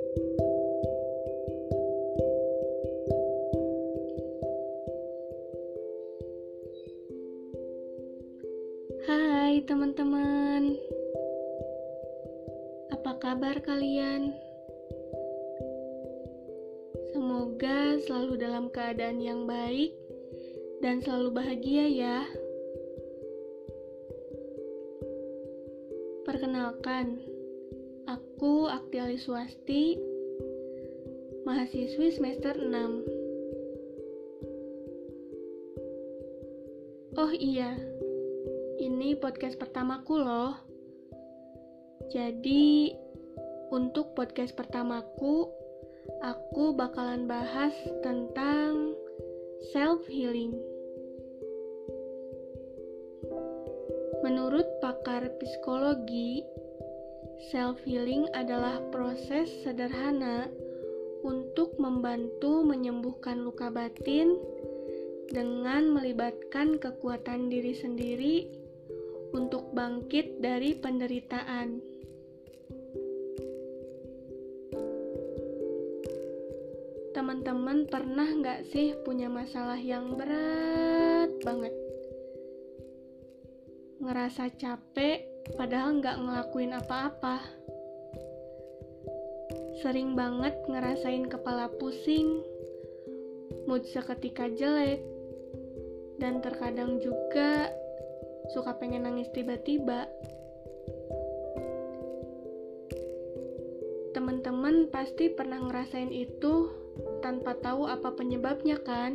Hai teman-teman, apa kabar kalian? Semoga selalu dalam keadaan yang baik dan selalu bahagia ya. Perkenalkan, aku Akti Aliswasti, mahasiswi semester 6. Oh iya, ini podcast pertamaku loh. Jadi, untuk podcast pertamaku, aku bakalan bahas tentang self-healing. Menurut pakar psikologi, self-healing adalah proses sederhana untuk membantu menyembuhkan luka batin dengan melibatkan kekuatan diri sendiri untuk bangkit dari penderitaan. Teman-teman pernah nggak sih punya masalah yang berat banget? Ngerasa capek padahal nggak ngelakuin apa-apa. Sering banget ngerasain kepala pusing, mood seketika jelek, dan terkadang juga suka pengen nangis tiba-tiba. Teman-teman pasti pernah ngerasain itu tanpa tahu apa penyebabnya kan?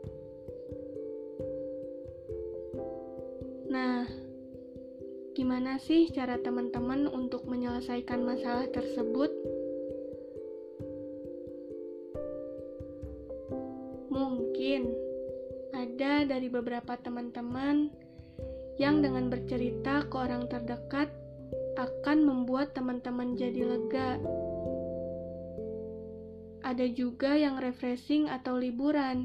Nah, gimana sih cara teman-teman untuk menyelesaikan masalah tersebut? Mungkin ada dari beberapa teman-teman yang dengan bercerita ke orang terdekat akan membuat teman-teman jadi lega. Ada juga yang refreshing atau liburan.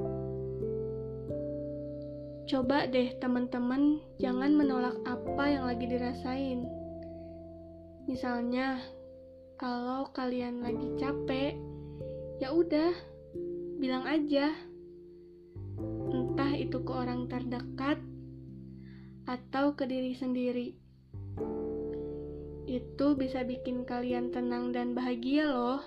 Coba deh teman-teman jangan menolak apa yang lagi dirasain. Misalnya, kalau kalian lagi capek, ya udah, bilang aja. Entah itu ke orang terdekat atau ke diri sendiri. Itu bisa bikin kalian tenang dan bahagia loh.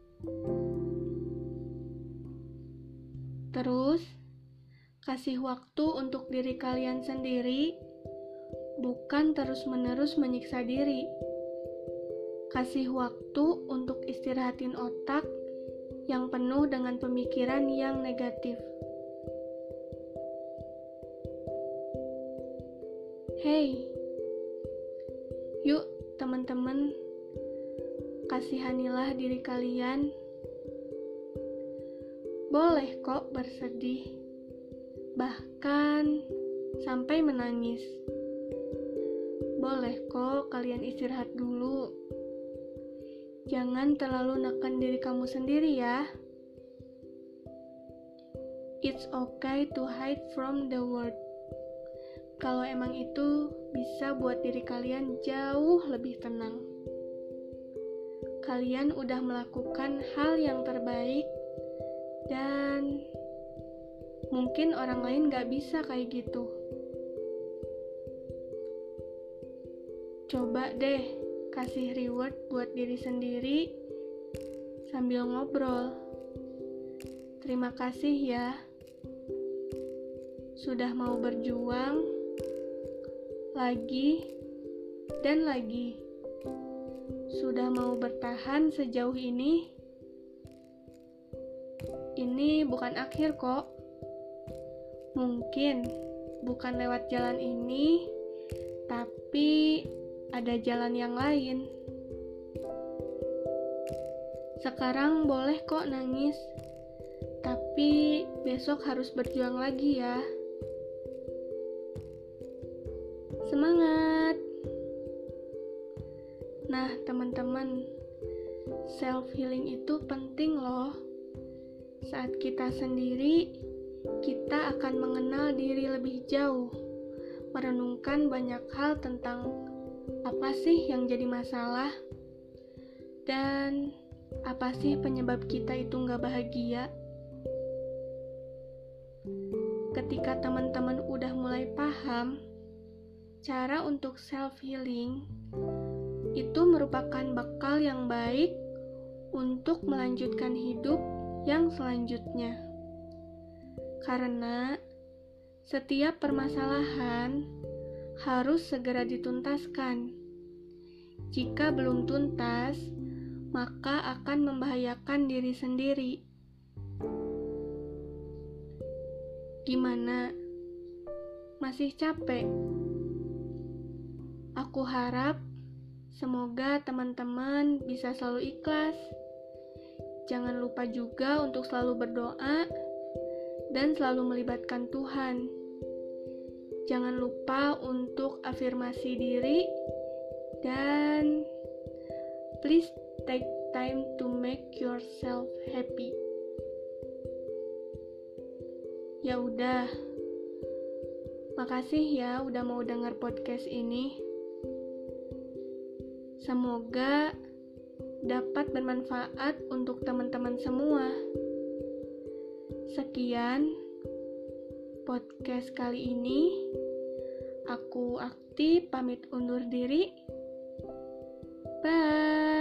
Terus, kasih waktu untuk diri kalian sendiri, bukan terus-menerus menyiksa diri. Kasih waktu untuk istirahatin otak yang penuh dengan pemikiran yang negatif. Hey, yuk teman-teman, kasihanilah diri kalian. Boleh kok bersedih, bahkan sampai menangis. Boleh kok kalian istirahat dulu. Jangan terlalu neken diri kamu sendiri ya. It's okay to hide from the world. Kalau emang itu bisa buat diri kalian jauh lebih tenang. Kalian udah melakukan hal yang terbaik dan mungkin orang lain gak bisa kayak gitu. Coba deh kasih reward buat diri sendiri sambil ngobrol. Terima kasih ya, sudah mau berjuang lagi dan lagi. Sudah mau bertahan sejauh ini. Ini bukan akhir kok. Mungkin bukan lewat jalan ini, tapi ada jalan yang lain. Sekarang boleh kok nangis, tapi besok harus berjuang lagi ya. Semangat! Nah, teman-teman, self-healing itu penting loh. Saat kita sendiri, kita akan mengenal diri lebih jauh, merenungkan banyak hal tentang apa sih yang jadi masalah, dan Apa sih penyebab kita itu nggak bahagia? Ketika teman-teman udah mulai paham cara untuk self-healing, itu merupakan bekal yang baik untuk melanjutkan hidup yang selanjutnya. Karena setiap permasalahan harus segera dituntaskan. Jika belum tuntas, maka akan membahayakan diri sendiri. Gimana? Masih capek? Aku harap semoga teman-teman bisa selalu ikhlas. Jangan lupa juga untuk selalu berdoa dan selalu melibatkan Tuhan. Jangan lupa untuk afirmasi diri dan please take time to make yourself happy. Ya udah. Makasih ya udah mau dengar podcast ini. Semoga dapat bermanfaat untuk teman-teman semua. Sekian podcast kali ini. Aku Akti pamit undur diri. Bye.